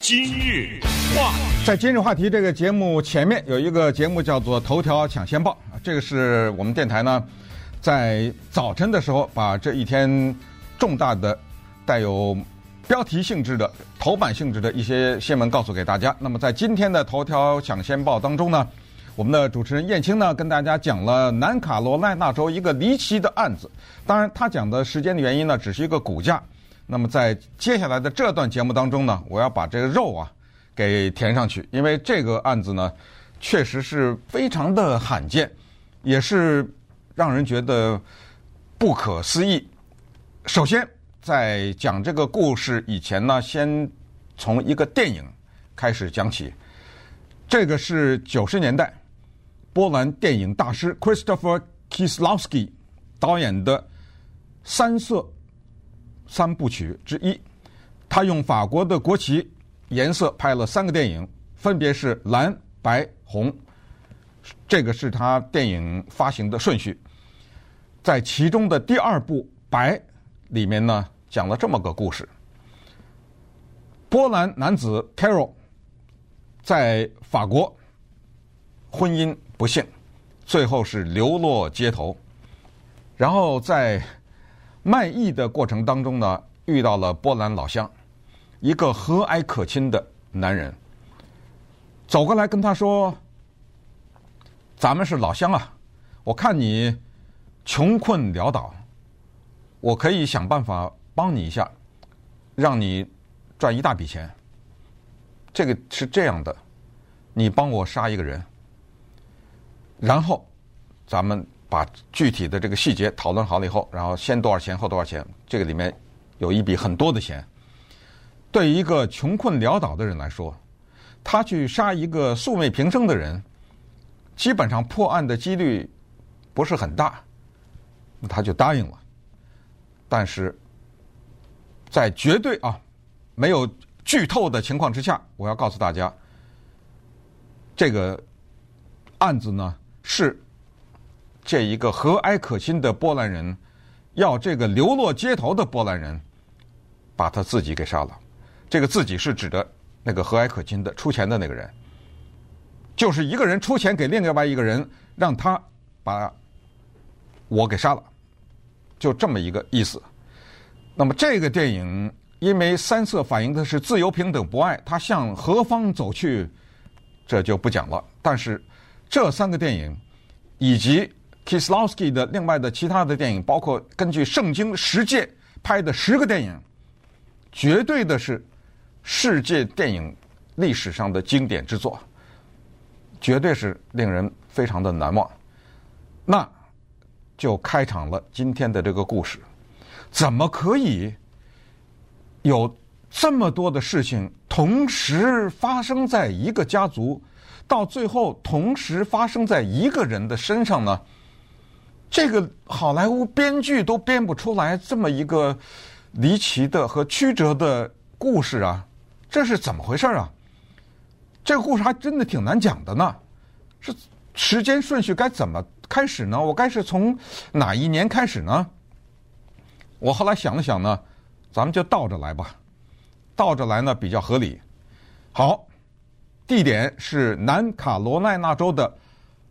今日话题， 在今日话题这个节目前面有一个节目叫做头条抢先报，这个是我们电台呢在早晨的时候把这一天重大的带有标题性质的头版性质的一些新闻告诉给大家。那么在今天的头条抢先报当中呢，我们的主持人燕青呢跟大家讲了南卡罗来纳州一个离奇的案子。当然他讲的时间的原因呢只是一个骨架。那么在接下来的这段节目当中呢，我要把这个肉啊给填上去，因为这个案子呢确实是非常的罕见，也是让人觉得不可思议。首先在讲这个故事以前呢，先从一个电影开始讲起。这个是90年代波兰电影大师 Krzysztof Kieslowski 导演的三色三部曲之一。他用法国的国旗颜色拍了3个电影，分别是蓝、白、红。这个是他电影发行的顺序。在其中的第2部白里面呢，讲了这么个故事。波兰男子 Carol 在法国婚姻不幸，最后是流落街头，然后在卖艺的过程当中呢，遇到了波兰老乡，一个和蔼可亲的男人，走过来跟他说：“咱们是老乡啊，我看你穷困潦倒，我可以想办法帮你一下，让你赚一大笔钱。这个是这样的，你帮我杀一个人，然后咱们把具体的这个细节讨论好了以后，然后先多少钱后多少钱，这个里面有一笔很多的钱。对于一个穷困潦倒的人来说，他去杀一个素昧平生的人，基本上破案的几率不是很大，他就答应了。但是在绝对没有剧透的情况之下，我要告诉大家，这个案子呢是这一个和蔼可亲的波兰人要这个流落街头的波兰人把他自己给杀了。这个自己是指的那个和蔼可亲的出钱的那个人，就是一个人出钱给另外一个人，让他把我给杀了，就这么一个意思。那么这个电影因为三色反映的是自由平等博爱，它向何方走去这就不讲了。但是这3个电影以及 Kieslowski 的另外的其他的电影，包括根据圣经10诫拍的10个电影，绝对的是世界电影历史上的经典之作，绝对是令人非常的难忘。那就开场了今天的这个故事。怎么可以有这么多的事情同时发生在一个家族，到最后同时发生在一个人的身上呢？这个好莱坞编剧都编不出来这么一个离奇的和曲折的故事啊，这是怎么回事啊？这个故事还真的挺难讲的呢。是时间顺序该怎么开始呢？我该是从哪一年开始呢？我后来想了想呢，咱们就倒着来吧，倒着来呢比较合理。好，地点是南卡罗来纳州的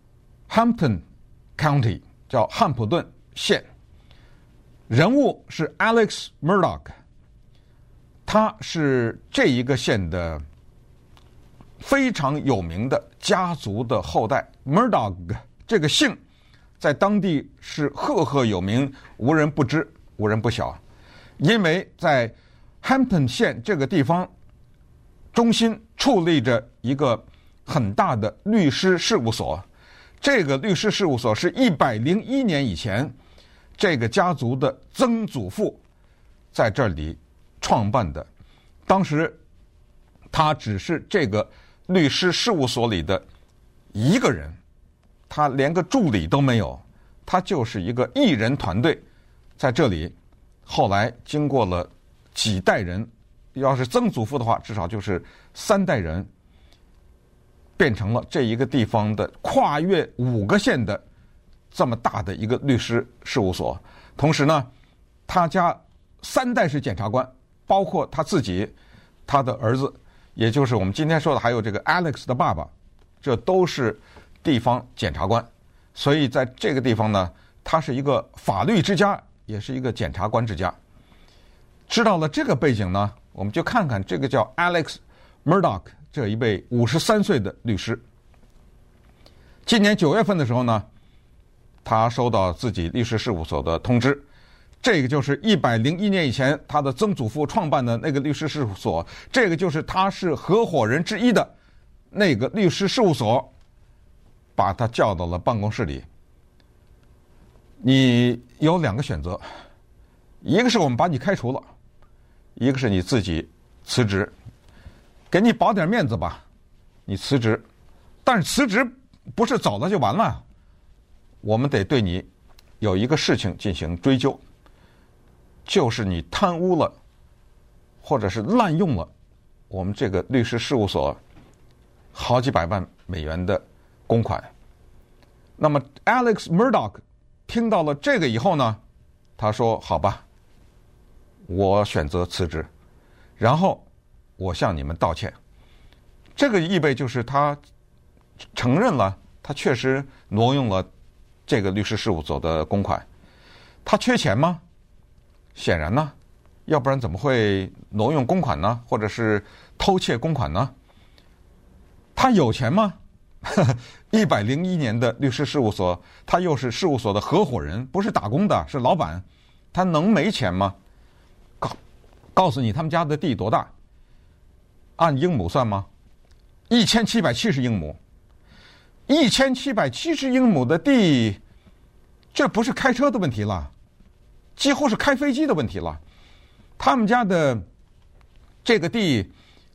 Hampton County， 叫汉普顿县。人物是 Alex Murdaugh， 他是这一个县的非常有名的家族的后代。 Murdaugh 这个姓在当地是赫赫有名，无人不知无人不晓。因为在 Hampton 县这个地方中心矗立着一个很大的律师事务所，这个律师事务所是101年以前这个家族的曾祖父在这里创办的。当时他只是这个律师事务所里的一个人，他连个助理都没有，他就是一个艺人团队在这里。后来经过了几代人，要是曾祖父的话至少就是3代人，变成了这一个地方的跨越5个县的这么大的一个律师事务所。同时呢，他家3代是检察官，包括他自己，他的儿子也就是我们今天说的，还有这个 Alex 的爸爸，这都是地方检察官。所以在这个地方呢，他是一个法律之家，也是一个检察官之家。知道了这个背景呢，我们就看看这个叫 Alex Murdaugh 这一位53岁的律师。今年9月份的时候呢，他收到自己律师事务所的通知，这个就是101年以前他的曾祖父创办的那个律师事务所，这个就是他是合伙人之一的那个律师事务所，把他叫到了办公室里。你有2个选择，一个是我们把你开除了，一个是你自己辞职，给你保点面子吧，你辞职。但是辞职不是走了就完了，我们得对你有一个事情进行追究，就是你贪污了，或者是滥用了我们这个律师事务所好几百万美元的公款。那么 Alex Murdaugh 听到了这个以后呢，他说好吧，我选择辞职，然后我向你们道歉。这个意味就是他承认了他确实挪用了这个律师事务所的公款。他缺钱吗？显然呢，要不然怎么会挪用公款呢？或者是偷窃公款呢？他有钱吗？101年的律师事务所，他又是事务所的合伙人，不是打工的，是老板，他能没钱吗？告诉你他们家的地多大，按英亩算吗？1770英亩，1770英亩的地，这不是开车的问题了，几乎是开飞机的问题了。他们家的这个地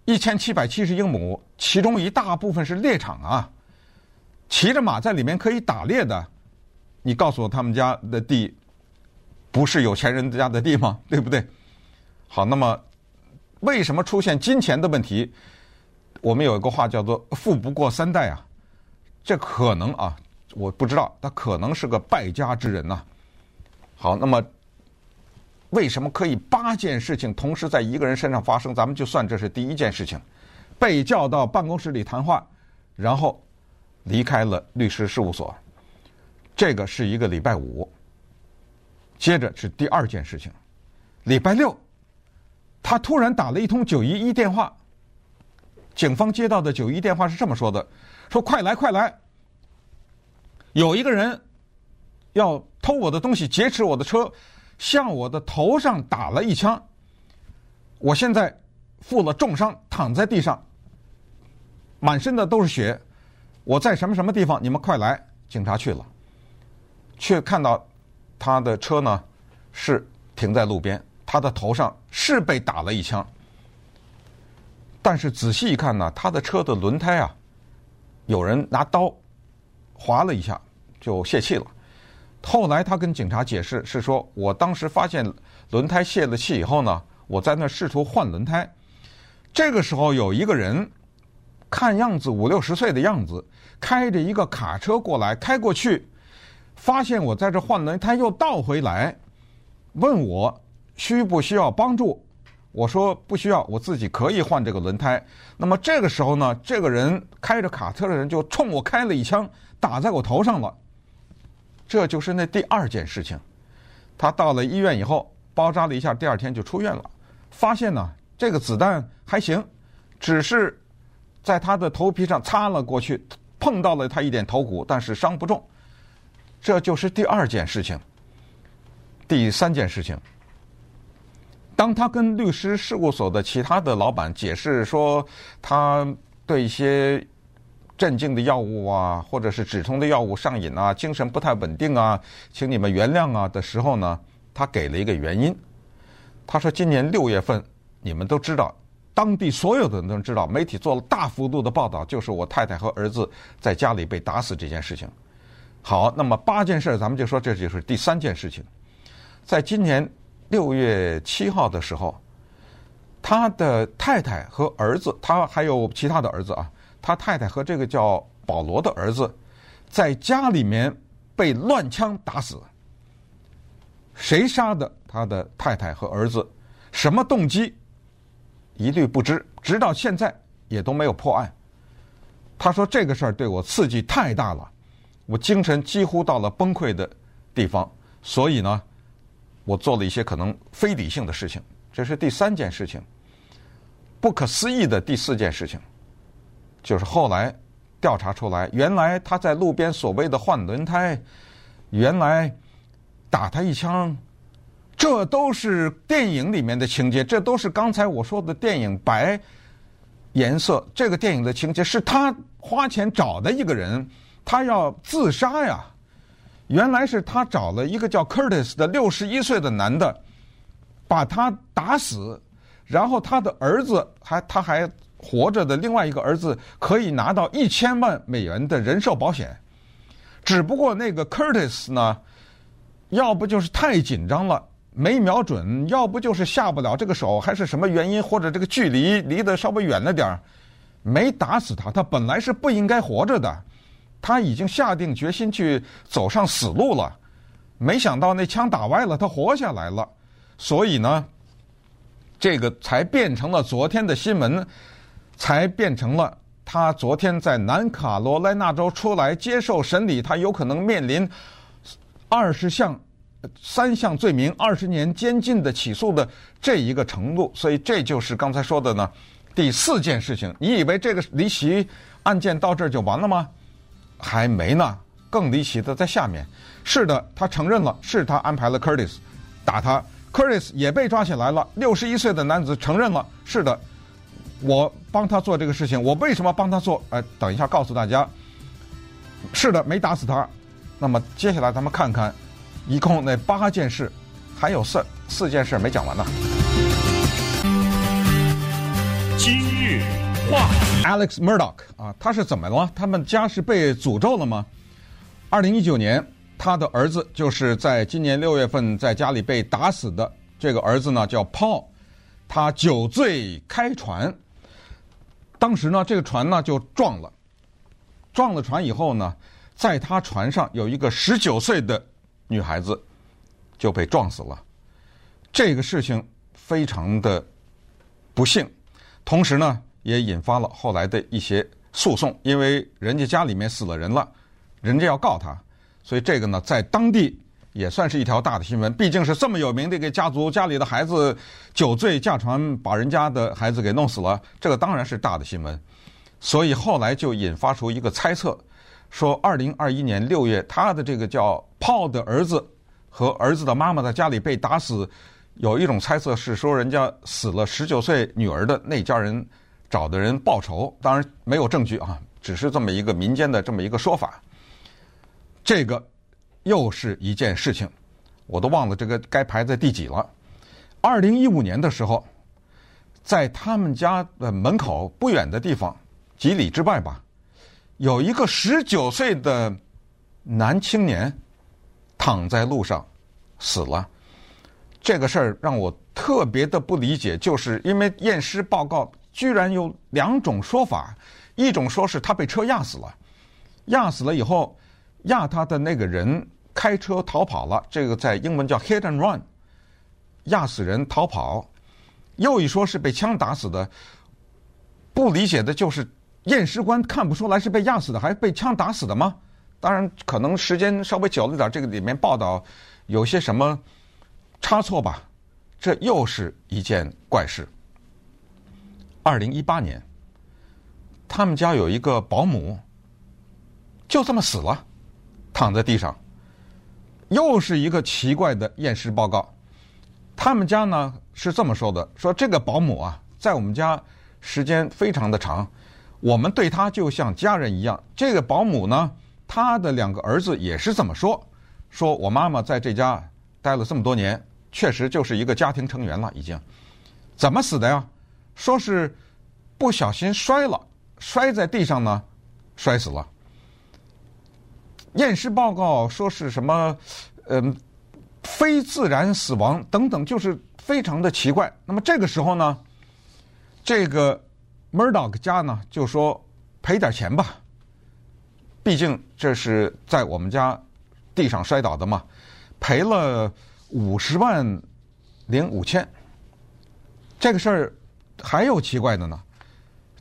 1770英亩，其中一大部分是猎场啊，骑着马在里面可以打猎的。你告诉我他们家的地不是有钱人家的地吗？对不对？好，那么为什么出现金钱的问题？我们有一个话叫做富不过3代啊，这可能啊，我不知道，他可能是个败家之人呐。好，那么为什么可以8件事情同时在一个人身上发生？咱们就算这是第1件事情，被叫到办公室里谈话，然后离开了律师事务所。这个是一个礼拜5，接着是第2件事情，礼拜6，他突然打了一通911电话。警方接到的911电话是这么说的，说快来快来，有一个人要偷我的东西，劫持我的车，向我的头上打了一枪，我现在负了重伤，躺在地上，满身的都是血，我在什么什么地方，你们快来。警察去了，却看到他的车呢是停在路边，他的头上是被打了一枪，但是仔细一看呢，他的车的轮胎啊，有人拿刀划了一下就泄气了。后来他跟警察解释是说，我当时发现轮胎泄了气以后呢，我在那试图换轮胎，这个时候有一个人看样子50、60岁的样子，开着一个卡车过来，开过去发现我在这换轮胎，又倒回来问我需不需要帮助。我说不需要，我自己可以换这个轮胎。那么这个时候呢，这个人开着卡车的人就冲我开了一枪，打在我头上了。这就是那第2件事情。他到了医院以后包扎了一下，第2天就出院了。发现呢，这个子弹还行，只是在他的头皮上擦了过去，碰到了他一点头骨，但是伤不重。这就是第2件事情。第3件事情，当他跟律师事务所的其他的老板解释说他对一些镇静的药物啊，或者是止痛的药物上瘾啊，精神不太稳定啊，请你们原谅啊的时候呢，他给了一个原因。他说今年6月份，你们都知道，当地所有的人都知道，媒体做了大幅度的报道，就是我太太和儿子在家里被打死这件事情。好，那么8件事咱们就说这就是第3件事情。在今年6月7号的时候，他的太太和儿子，他还有其他的儿子啊，他太太和这个叫保罗的儿子在家里面被乱枪打死。谁杀的他的太太和儿子，什么动机一律不知，直到现在也都没有破案。他说这个事儿对我刺激太大了，我精神几乎到了崩溃的地方，所以呢，我做了一些可能非理性的事情。这是第3件事情。不可思议的第4件事情，就是后来调查出来，原来他在路边所谓的换轮胎，原来打他一枪，这都是电影里面的情节，这都是刚才我说的电影白颜色。这个电影的情节是他花钱找的一个人，他要自杀呀。原来是他找了一个叫 Curtis 的61岁的男的，把他打死，然后他的儿子他还活着的另外一个儿子可以拿到1000万美元的人寿保险。只不过那个 Curtis 呢，要不就是太紧张了没瞄准，要不就是下不了这个手，还是什么原因，或者这个距离离得稍微远了点，没打死他。他本来是不应该活着的，他已经下定决心去走上死路了，没想到那枪打歪了，他活下来了。所以呢，这个才变成了昨天的新闻，才变成了他昨天在南卡罗来纳州出来接受审理，他有可能面临3项罪名，20年监禁的起诉的这一个程度。所以这就是刚才说的呢，第4件事情。你以为这个离奇案件到这儿就完了吗？还没呢，更离奇的在下面。是的，他承认了，是他安排了 Curtis 打他。Curtis 也被抓起来了，61岁的男子承认了，是的，我帮他做这个事情。我为什么帮他做？等一下告诉大家。是的，没打死他。那么接下来咱们看看，一共那8件事，还有4件事没讲完呢。 今日话题 Alex Murdaugh 啊，他是怎么了？他们家是被诅咒了吗？2019年，他的儿子就是在今年6月份在家里被打死的。这个儿子呢叫 Paul， 他酒醉开船，当时呢这个船呢就撞了船以后呢，在他船上有一个19岁的女孩子就被撞死了。这个事情非常的不幸，同时呢也引发了后来的一些诉讼，因为人家家里面死了人了，人家要告他，所以这个呢在当地也算是一条大的新闻。毕竟是这么有名的一个家族，家里的孩子酒醉驾船把人家的孩子给弄死了，这个当然是大的新闻。所以后来就引发出一个猜测，说2021年6月他的这个叫 Paul 的儿子和儿子的妈妈在家里被打死，有一种猜测是说人家死了19岁女儿的那家人找的人报仇，当然没有证据啊，只是这么一个民间的这么一个说法。这个又是一件事情，我都忘了这个该排在第几了。2015年的时候，在他们家的门口不远的地方，几里之外吧，有一个19岁的男青年躺在路上死了。这个事儿让我特别的不理解，就是因为验尸报告居然有2种说法，一种说是他被车压死了，压死了以后压他的那个人开车逃跑了，这个在英文叫 hit and run， 压死人逃跑。又一说是被枪打死的。不理解的就是验尸官看不出来是被压死的还是被枪打死的吗？当然可能时间稍微久了点，这个里面报道有些什么差错吧。这又是一件怪事。2018年，他们家有一个保姆就这么死了，躺在地上。又是一个奇怪的验尸报告。他们家呢是这么说的，说这个保姆啊在我们家时间非常的长，我们对她就像家人一样。这个保姆呢，她的2个儿子也是这么说，说我妈妈在这家待了这么多年，确实就是一个家庭成员了已经。怎么死的呀？说是不小心摔了，摔在地上呢摔死了。验尸报告说是什么非自然死亡等等，就是非常的奇怪。那么这个时候呢，这个 Murdaugh 家呢就说赔点钱吧，毕竟这是在我们家地上摔倒的嘛，赔了50万05000。这个事儿还有奇怪的呢，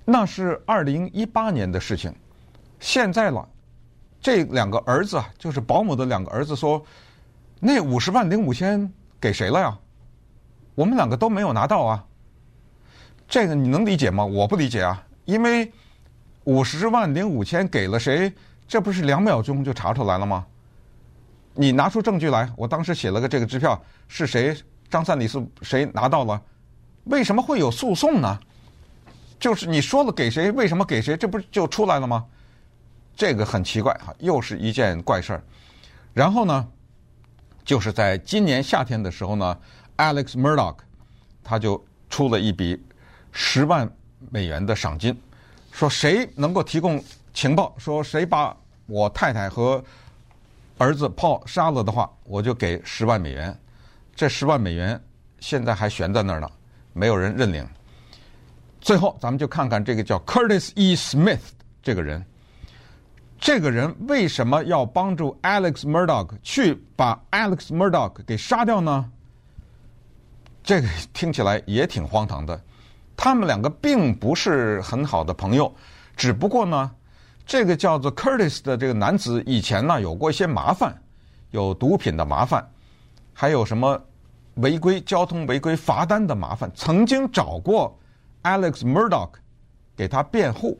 那是2018年的事情，现在了，这2个儿子啊，就是保姆的2个儿子说，那50万零5千给谁了呀？我们2个都没有拿到啊。这个你能理解吗？我不理解啊，因为50万零5千给了谁，这不是2秒钟就查出来了吗？你拿出证据来，我当时写了个这个支票是谁，张三李四谁拿到了，为什么会有诉讼呢？就是你说了给谁，为什么给谁，这不就出来了吗？这个很奇怪哈，又是一件怪事儿。然后呢，就是在今年夏天的时候呢 ，Alex Murdoch 他就出了一笔10万美元的赏金，说谁能够提供情报，说谁把我太太和儿子Paul杀了的话，我就给10万美元。这10万美元现在还悬在那儿呢，没有人认领。最后，咱们就看看这个叫 Curtis E. Smith 这个人。这个人为什么要帮助 Alex Murdoch 去把 Alex Murdoch 给杀掉呢？这个听起来也挺荒唐的。他们2个并不是很好的朋友，只不过呢，这个叫做 Curtis 的这个男子以前呢有过一些麻烦，有毒品的麻烦，还有什么交通违规罚单的麻烦，曾经找过 Alex Murdoch 给他辩护。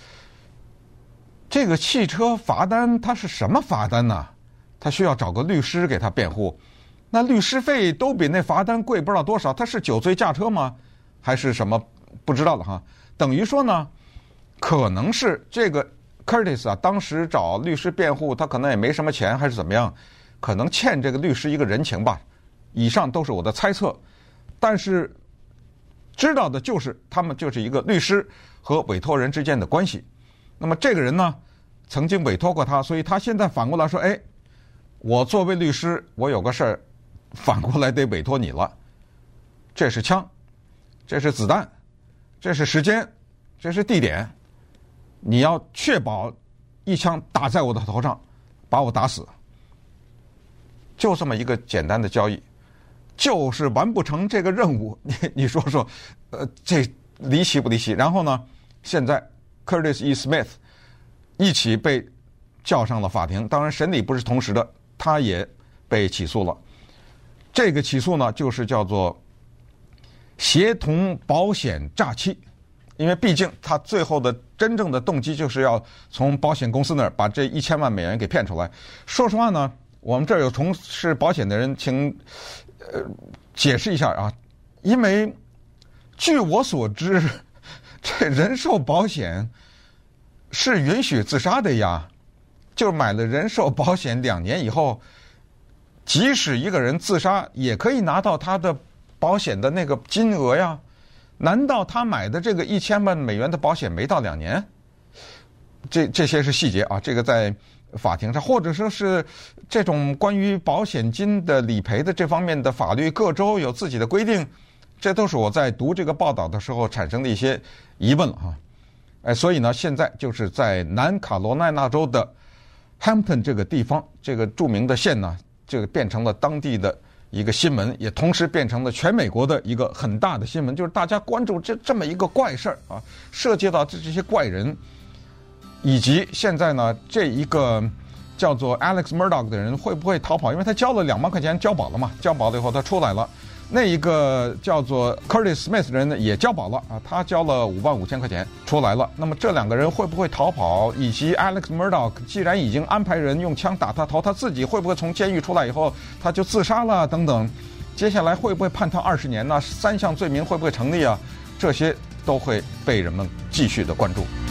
这个汽车罚单它是什么罚单呢？他需要找个律师给他辩护，那律师费都比那罚单贵不知道多少。他是酒醉驾车吗？还是什么？不知道了哈。等于说呢，可能是这个 Curtis 啊，当时找律师辩护，他可能也没什么钱，还是怎么样，可能欠这个律师一个人情吧。以上都是我的猜测，但是知道的就是他们就是一个律师和委托人之间的关系。那么这个人呢，曾经委托过他，所以他现在反过来说，哎，我作为律师，我有个事儿，反过来得委托你了。这是枪，这是子弹，这是时间，这是地点，你要确保一枪打在我的头上，把我打死。就这么一个简单的交易，就是完不成这个任务。你说说，这离奇不离奇？然后呢，现在 Curtis E. Smith 一起被叫上了法庭，当然审理不是同时的，他也被起诉了。这个起诉呢，就是叫做协同保险诈欺，因为毕竟他最后的真正的动机就是要从保险公司那儿把这1000万美元给骗出来。说实话呢，我们这儿有从事保险的人，请解释一下啊，因为据我所知，这人寿保险是允许自杀的呀，就买了人寿保险2年以后，即使一个人自杀，也可以拿到他的保险的那个金额呀。难道他买的这个1000万美元的保险没到2年？这些是细节啊，这个在法庭上，或者说是这种关于保险金的理赔的这方面的法律，各州有自己的规定，这都是我在读这个报道的时候产生的一些疑问了啊。所以呢，现在就是在南卡罗来纳州的 Hampton 这个地方，这个著名的县呢，这个变成了当地的一个新闻，也同时变成了全美国的一个很大的新闻，就是大家关注这么一个怪事儿啊，涉及到这些怪人，以及现在呢，这一个叫做 Alex Murdoch 的人会不会逃跑？因为他交了2万块钱交保了嘛，交保了以后他出来了。那一个叫做 Curtis Smith 的人呢也交保了啊，他交了55000块钱出来了。那么这2个人会不会逃跑？以及 Alex Murdoch 既然已经安排人用枪打他头，他自己会不会从监狱出来以后他就自杀了？等等，接下来会不会判他20年呢？3项罪名会不会成立啊？这些都会被人们继续的关注。